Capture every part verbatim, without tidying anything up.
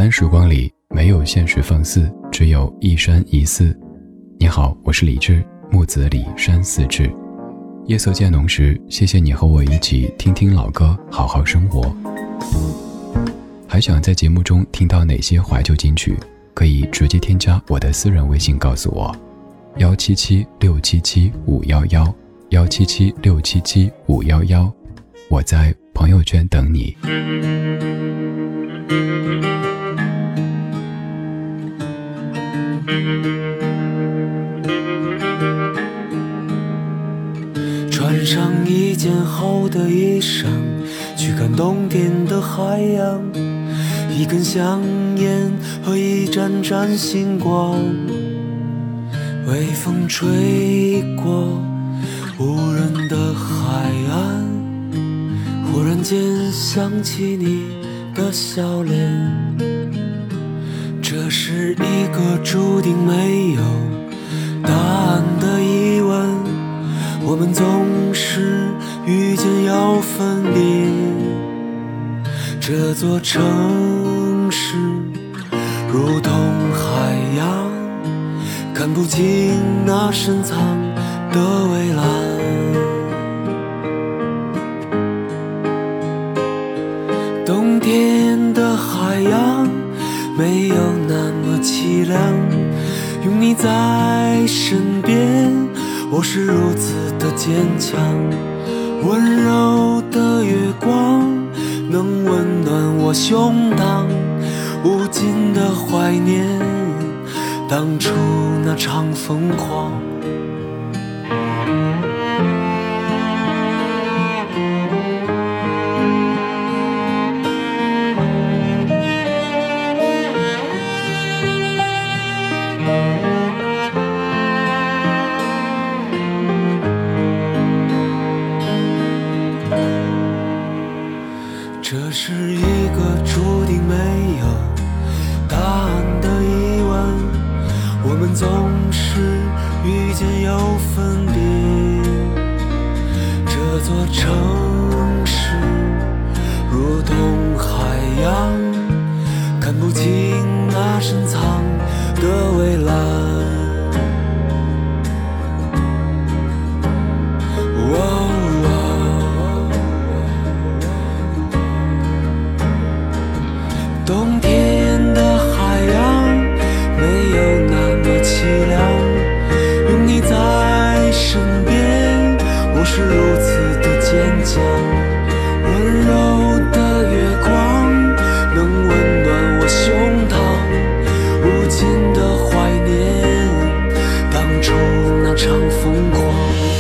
安时光里没有现实放肆，只有一山一寺。你好，我是李志，木子李山寺志。夜色渐浓时，谢谢你和我一起听听老歌，好好生活。还想在节目中听到哪些怀旧金曲，可以直接添加我的私人微信告诉我，幺七七六七七五幺幺，幺七七六七七五幺幺，我在朋友圈等你。 穿上一件厚的衣裳，去看冬天的海洋，一根香烟和一盏盏星光，微风吹过无人的海岸，忽然间想起你的笑脸。这是一个注定没有答案的疑问，我们总是遇见要分别。这座城市如同海洋，看不清那深藏的蔚蓝。冬天的海洋没有那么凄凉，有你在身边，我是如此的坚强。温柔的月光能温暖我胸膛，无尽的怀念当初那场疯狂。这是一个注定没有答案的疑问，我们总是遇见又分别。这座城市如同海洋，看不清那深藏的蔚蓝。冬天的海洋没有那么凄凉，有你在身边，我是如此的坚强。温柔的月光能温暖我胸膛，无尽的怀念当初那场疯狂。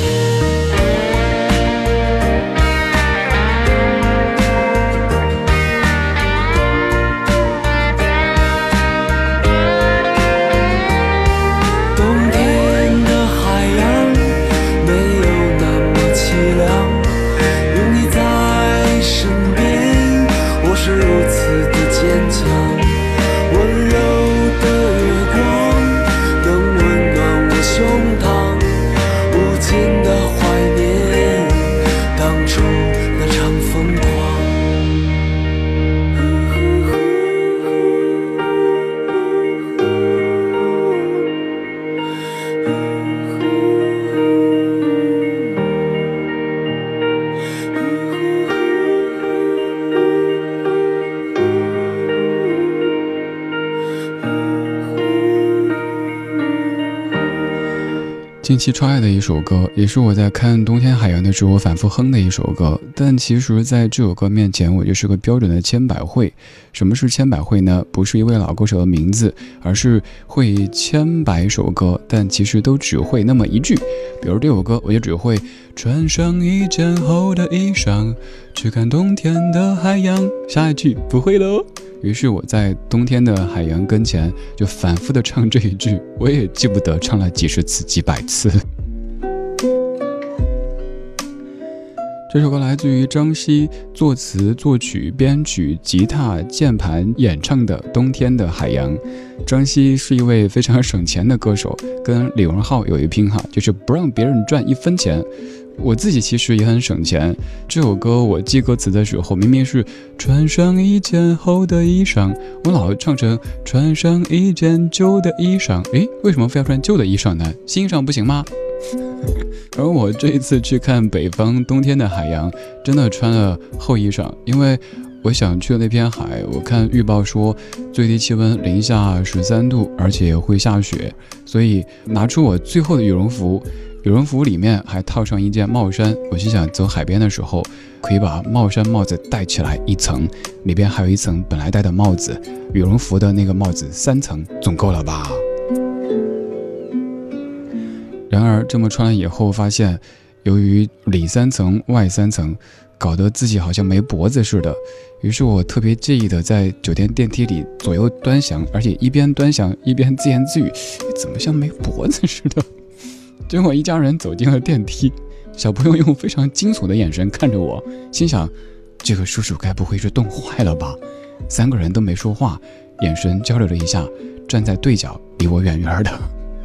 近期超爱的一首歌，也是我在看冬天海洋的时候反复哼的一首歌，但其实在这首歌面前我就是个标准的千百惠。什么是千百惠呢？不是一位老歌手的名字，而是会千百首歌，但其实都只会那么一句。比如这首歌我就只会穿上一件厚的衣裳，去看冬天的海洋，下一句不会喽。于是我在冬天的海洋跟前就反复的唱这一句，我也记不得唱了几十次几百次。这首歌来自于张希作词作曲编曲吉他键盘演唱的《冬天的海洋》。张希是一位非常省钱的歌手，跟李荣浩有一拼哈，就是不让别人赚一分钱。 我自己其实也很省钱。这首歌我记歌词的时候，明明是穿上一件厚的衣裳，我老唱成穿上一件旧的衣裳。诶，为什么非要穿旧的衣裳呢？新衣裳不行吗？而我这一次去看北方冬天的海洋，真的穿了厚衣裳，因为我想去的那片海，我看预报说最低气温零下十三度，而且会下雪，所以拿出我最厚的羽绒服，羽绒服里面还套上一件帽衫。我心想走海边的时候，可以把帽衫帽子戴起来一层，里边还有一层本来戴的帽子，羽绒服的那个帽子三层，总够了吧？然而这么穿了以后，发现由于里三层外三层，搞得自己好像没脖子似的。于是我特别介意的在酒店电梯里左右端详，而且一边端详一边自言自语，怎么像没脖子似的。结果一家人走进了电梯，小朋友用非常惊悚的眼神看着我，心想这个叔叔该不会是冻坏了吧。三个人都没说话，眼神交流了一下，站在对角离我远远的。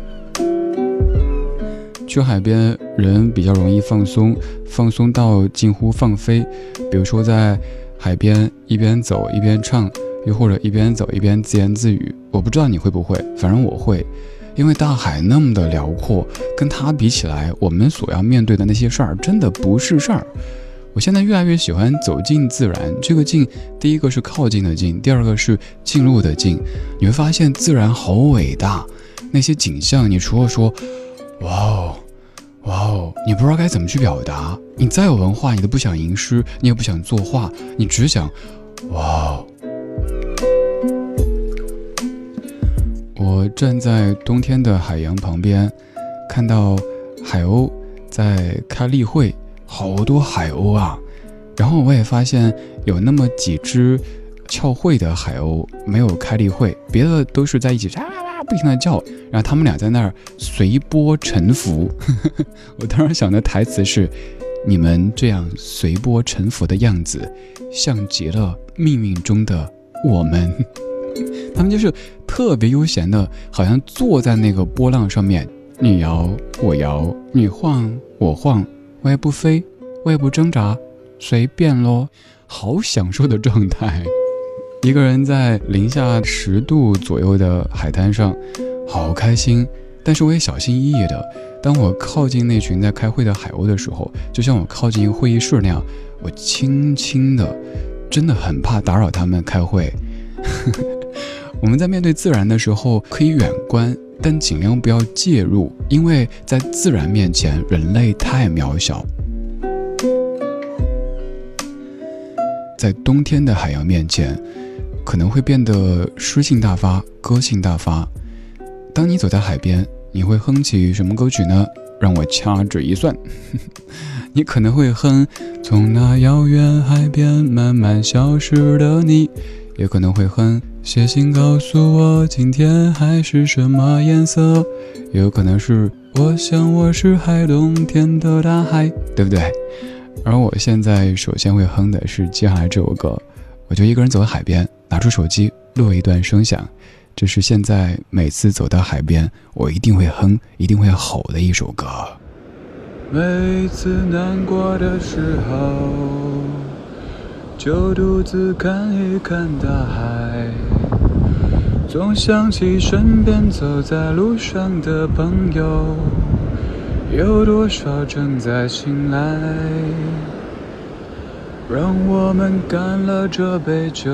去海边人比较容易放松，放松到近乎放飞。比如说在海边一边走一边唱，又或者一边走一边自言自语。我不知道你会不会，反正我会。因为大海那么的辽阔，跟它比起来，我们所要面对的那些事儿真的不是事儿。我现在越来越喜欢走进自然，这个近，第一个是靠近的近，第二个是进入的近。你会发现自然好伟大，那些景象，你除了说哇哦哇哦，你不知道该怎么去表达。你再有文化，你都不想吟诗，你也不想作画，你只想哇哦。我站在冬天的海洋旁边，看到海鸥在开例会，好多海鸥啊。然后我也发现有那么几只翘会的海鸥没有开例会，别的都是在一起啊不停的叫，然后他们俩在那儿随波沉浮。我当时想的台词是，你们这样随波沉浮的样子像极了命运中的我们。他们就是特别悠闲的，好像坐在那个波浪上面，你摇我摇，你晃我晃，我也不飞我也不挣扎，随便咯，好享受的状态。一个人在零下十度左右的海滩上，好开心。但是我也小心翼翼的，当我靠近那群在开会的海鸥的时候，就像我靠近一个会议室那样，我轻轻的，真的很怕打扰他们开会。我们在面对自然的时候可以远观，但尽量不要介入，因为在自然面前人类太渺小。在冬天的海洋面前，可能会变得诗性大发，歌性大发。当你走在海边，你会哼起什么歌曲呢？让我掐指一算。你可能会哼从那遥远海边慢慢消失的你，也可能会哼写信告诉我今天海是什么颜色，也有可能是我想我是海，冬天的大海，对不对？而我现在首先会哼的是接下来这首歌，我就一个人走到海边，拿出手机录了一段声响，这是现在每次走到海边我一定会哼一定会吼的一首歌。 每次难过的时候，就独自看一看大海，总想起身边走在路上的朋友，有多少正在醒来，让我们干了这杯酒，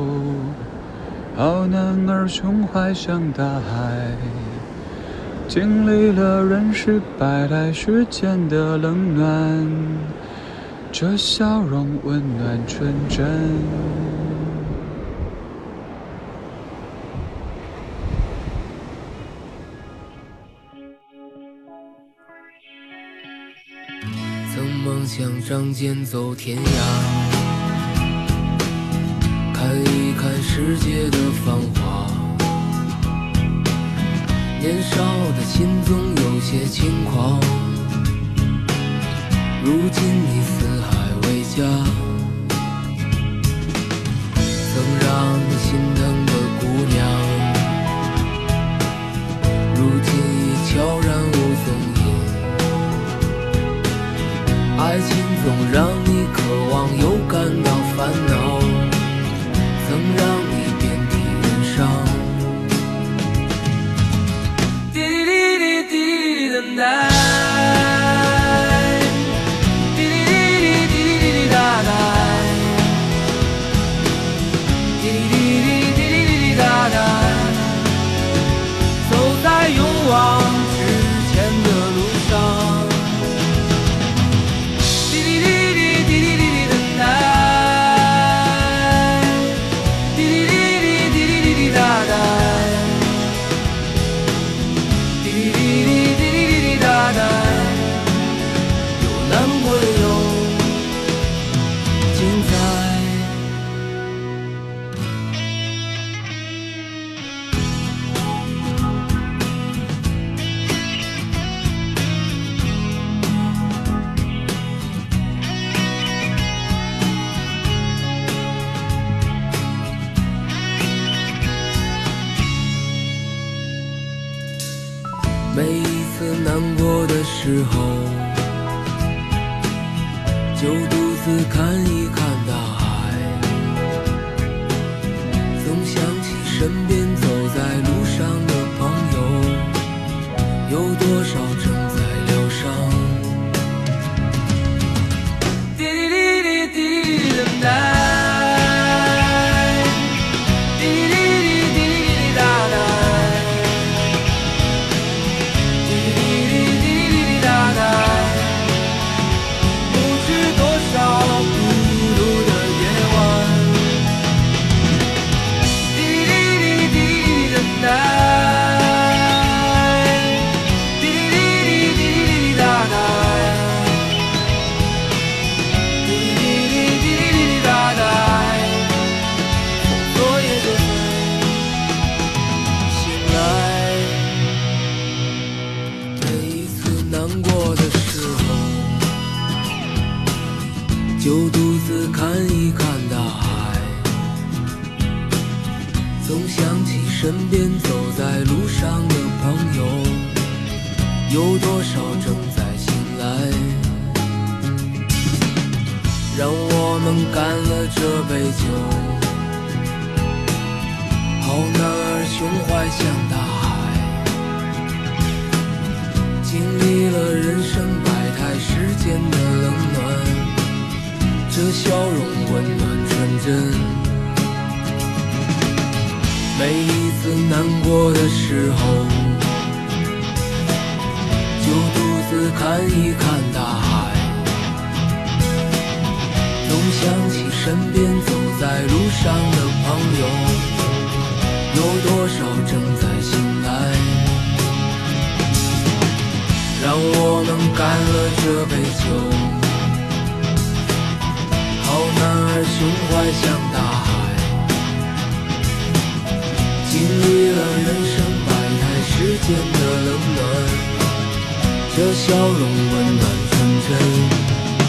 好男儿胸怀像大海，经历了人世百态世间的冷暖，这笑容温暖纯真。曾梦想仗剑走天涯，看一看世界的繁华，年少的心总有些轻狂，如今你四海为家，曾让你心疼的姑娘，如今已悄然无踪影， 每一次难过的时候，就独自看一看大海，总想起身边走在路上的朋友，有多少正在疗伤。滴滴滴滴滴滴等待。就独自看一看大海，总想起身边走在路上的朋友，有多少正在醒来。让我们干了这杯酒，好男儿胸怀像大海，经历了人生百态世间的冷暖，这笑容温暖纯真。每一次难过的时候，就独自看一看大海，总想起身边走在路上的朋友，有多少正在醒来。让我们干了这杯酒，好男儿胸怀像大海，经历了人生百态世间的冷暖，这笑容温暖纯真。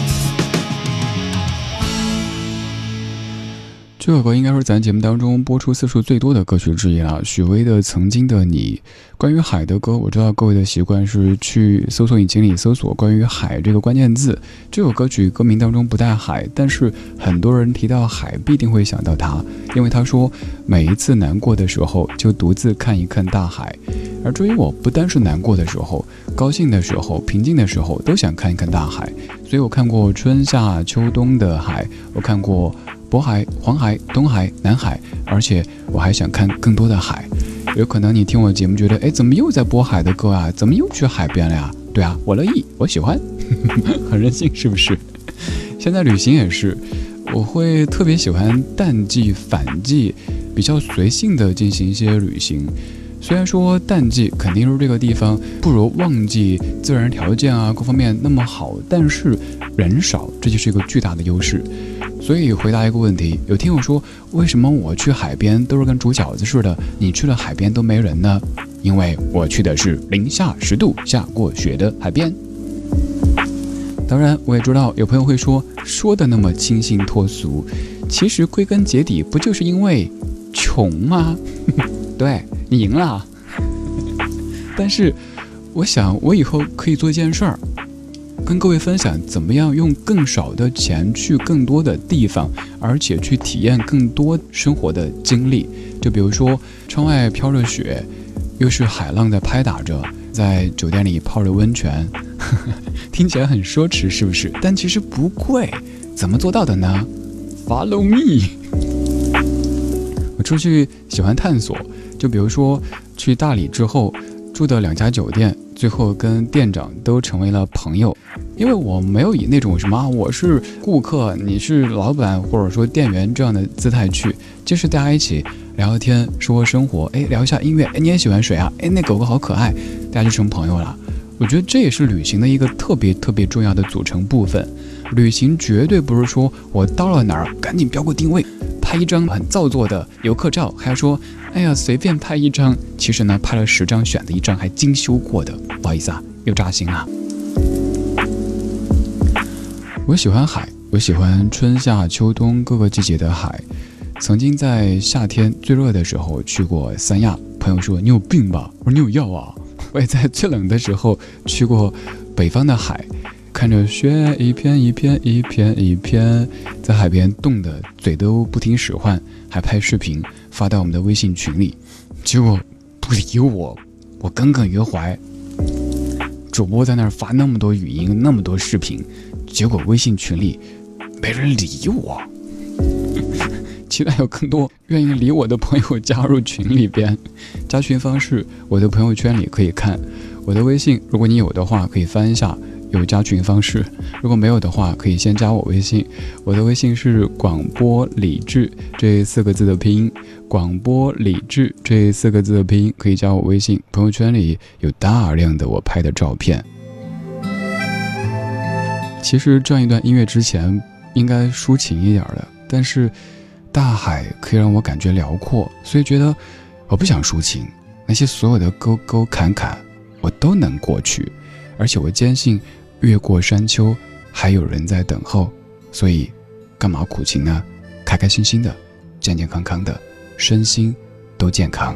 这首歌应该是咱节目当中播出次数最多的歌曲之一了，许巍的《曾经的你》。关于海的歌，我知道各位的习惯是去搜索引擎里搜索关于海这个关键字。这首歌曲歌名当中不带海，但是很多人提到海必定会想到它，因为他说每一次难过的时候就独自看一看大海。而至于我，不单是难过的时候，高兴的时候，平静的时候都想看一看大海。所以我看过春夏秋冬的海，我看过渤海、黄海、东海、南海，而且我还想看更多的海。有可能你听我节目觉得，哎，怎么又在播海的歌啊？怎么又去海边了呀？对啊，我乐意，我喜欢，很任性是不是？现在旅行也是，我会特别喜欢淡季、反季，比较随性的进行一些旅行。虽然说淡季肯定是这个地方不如旺季自然条件啊各方面那么好，但是人少，这就是一个巨大的优势。所以回答一个问题，有听友说为什么我去海边都是跟煮饺子似的，你去了海边都没人呢？因为我去的是零下十度下过雪的海边。当然我也知道有朋友会说，说的那么清新脱俗，其实归根结底不就是因为穷吗？对，你赢了。但是我想我以后可以做一件事儿，跟各位分享怎么样用更少的钱去更多的地方，而且去体验更多生活的经历。就比如说窗外飘着雪，又是海浪在拍打着，在酒店里泡着温泉，呵呵，听起来很奢侈是不是？但其实不贵。怎么做到的呢？ Follow me。 我出去喜欢探索，就比如说去大理之后住的两家酒店，最后跟店长都成为了朋友。因为我没有以那种什么我是顾客你是老板或者说店员这样的姿态去，就是大家一起聊聊天，说说生活，哎，聊一下音乐，哎，你也喜欢水啊，哎，那狗狗好可爱，大家就成朋友了。我觉得这也是旅行的一个特别特别重要的组成部分。旅行绝对不是说我到了哪儿赶紧标个定位，拍一张很造作的游客照，还要说哎呀随便拍一张，其实呢拍了十张选的一张还精修过的，不好意思啊，又扎心了。我喜欢海，我喜欢春夏秋冬各个季节的海。曾经在夏天最热的时候去过三亚，朋友说你有病吧，我说你有药啊。 我也在最冷的时候去过北方的海，看着雪一片一片一片一片，在海边冻得嘴都不听使唤，还拍视频发到我们的微信群里，结果不理我，我耿耿于怀。主播在那儿发那么多语音那么多视频，结果微信群里没人理我。期待有更多愿意理我的朋友加入群里边，加群方式我的朋友圈里可以看，我的微信如果你有的话可以翻一下，有加群方式，如果没有的话可以先加我微信，我的微信是广播理智这四个字的拼音，广播理智这四个字的拼音可以加我微信，朋友圈里有大量的我拍的照片。其实这样一段音乐之前应该抒情一点的，但是大海可以让我感觉辽阔，所以觉得我不想抒情，那些所有的沟沟坎坎我都能过去，而且我坚信越过山丘还有人在等候，所以干嘛苦情呢？开开心心的，健健康康的，身心都健康。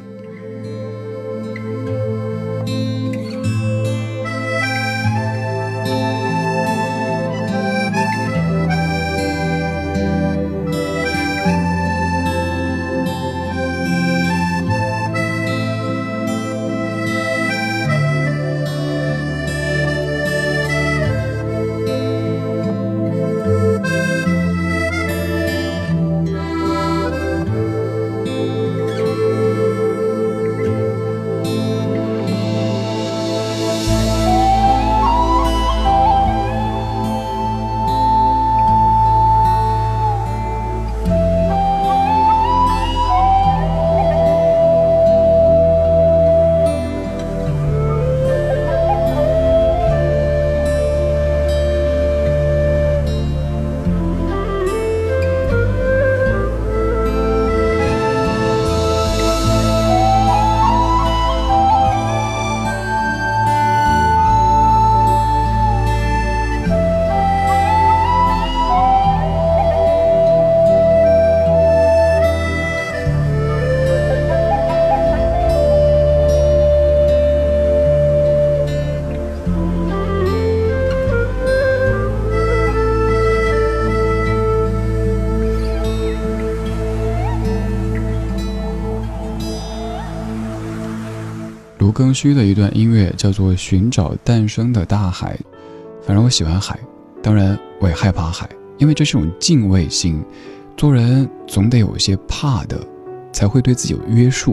卢庚戌的一段音乐叫做《寻找诞生的大海》。反正我喜欢海，当然我也害怕海，因为这是种敬畏心，做人总得有一些怕的，才会对自己有约束。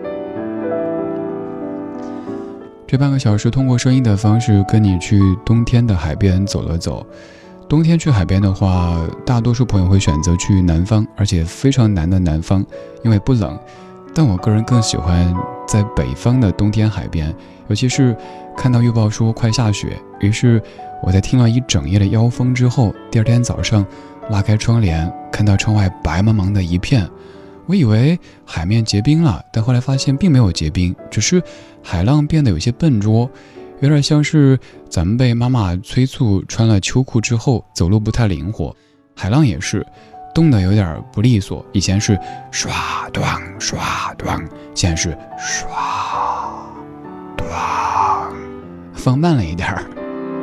这半个小时通过声音的方式跟你去冬天的海边走了走。冬天去海边的话，大多数朋友会选择去南方，而且非常南的南方，因为不冷。但我个人更喜欢在北方的冬天海边，尤其是看到预报说快下雪，于是我在听了一整夜的妖风之后，第二天早上拉开窗帘，看到窗外白茫茫的一片，我以为海面结冰了，但后来发现并没有结冰，只是海浪变得有些笨拙，有点像是咱们被妈妈催促穿了秋裤之后走路不太灵活，海浪也是动得有点不利索，以前是唰咚唰咚，现在是唰咚，放慢了一点儿。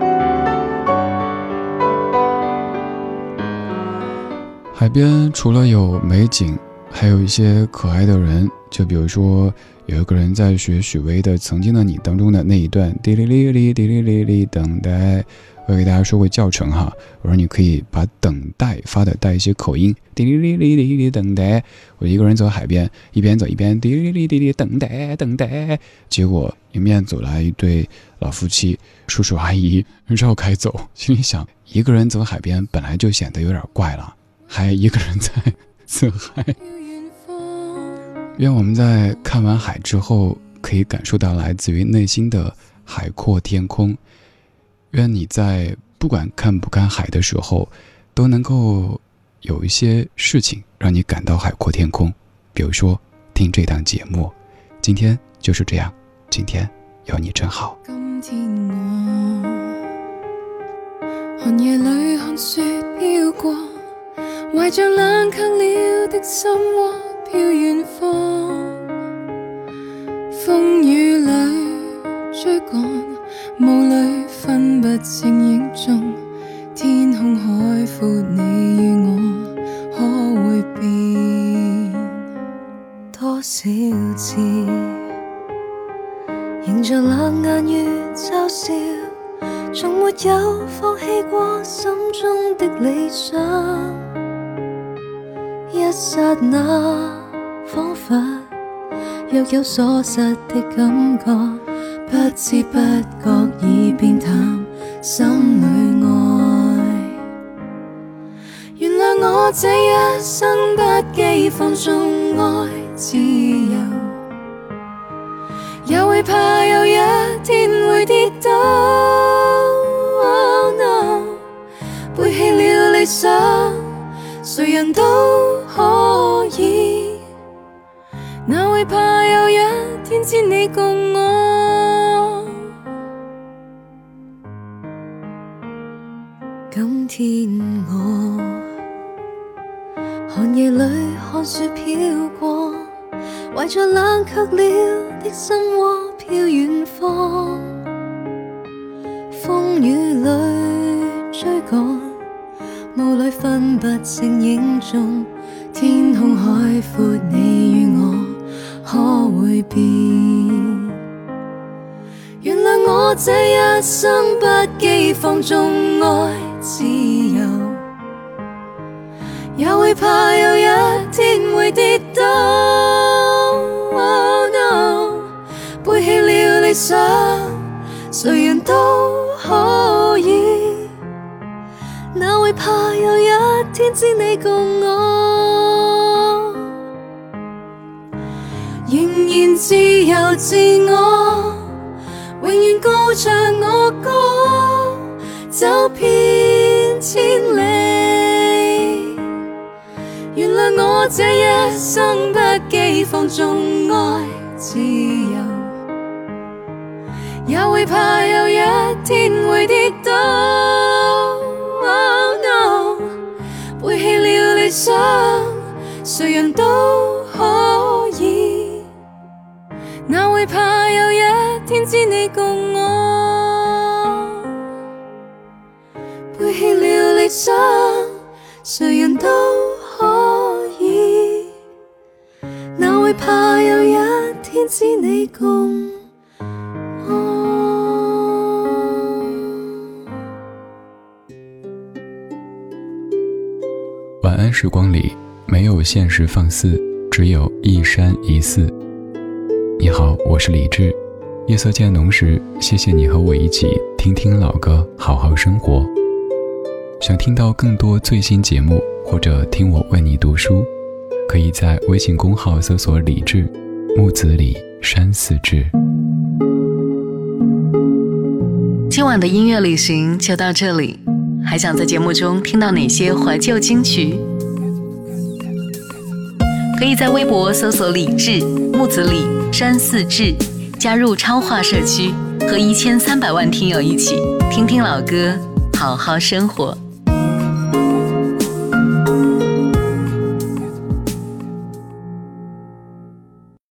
海边除了有美景，还有一些可爱的人，就比如说有一个人在学许巍的《曾经的你》当中的那一段滴哩哩哩滴哩哩哩等待，我给大家说过教程哈，我说你可以把等待发的带一些口音，滴哩哩哩哩哩等待。我一个人走海边，一边走一边滴哩哩哩哩等待等待，结果迎面走来一对老夫妻，叔叔阿姨绕开走，心里想一个人走海边本来就显得有点怪了，还一个人在自嗨。愿我们在看完海之后可以感受到来自于内心的海阔天空，愿你在不管看不看海的时候都能够有一些事情让你感到海阔天空，比如说听这档节目，今天就是这样，今天有你真好。 今天我寒夜里看雪飘过，怀着冷却了的心窝飘远方，风雨里追趕，霧裏分不清影蹤，天空海闊，你與我可會變？ 多少次迎着冷眼與嘲笑，從沒有放棄過心中的理想。一剎那彷彿若有所失的感覺，不知不覺已變淡心裏愛。 原諒我這一生不羈放縱愛自由，也會怕有一天會跌倒。Oh no， 背棄了理想，誰人都可以，哪會怕有一天只你共我？ 今天我寒夜裏看雪飄過，懷着冷卻了的心窩飄遠方，風雨裏追趕，霧裏分不清影蹤，天空海闊，你與我可會變？ 原諒我這一生不羈放縱愛自由，也會怕有一天會跌倒。Oh no， 背棄了理想，誰人都可以， 哪會怕有一天只你共我？ 仍然自由自我，永遠高唱我歌，走遍千里。原諒我這一生不羈放縱愛自由，也會怕有一天會跌倒。Oh no， 背棄了理想，誰人都可以，哪會怕有一天只你共我？背棄了理想，誰人都可以，哪會怕有一天只你共我？ 晚安时光里，没有现实放肆，只有一山一寺。你好，我是李志。夜色渐浓时，谢谢你和我一起听听老歌，好好生活。想听到更多最新节目，或者听我为你读书，可以在微信公号搜索李志，木子李，山寺志。 今晚的音乐旅行就到这里，还想在节目中听到哪些怀旧金曲？可以在微博搜索李志，木子李，山寺志，加入超话社区，和一千三百万听友一起听听老歌，好好生活。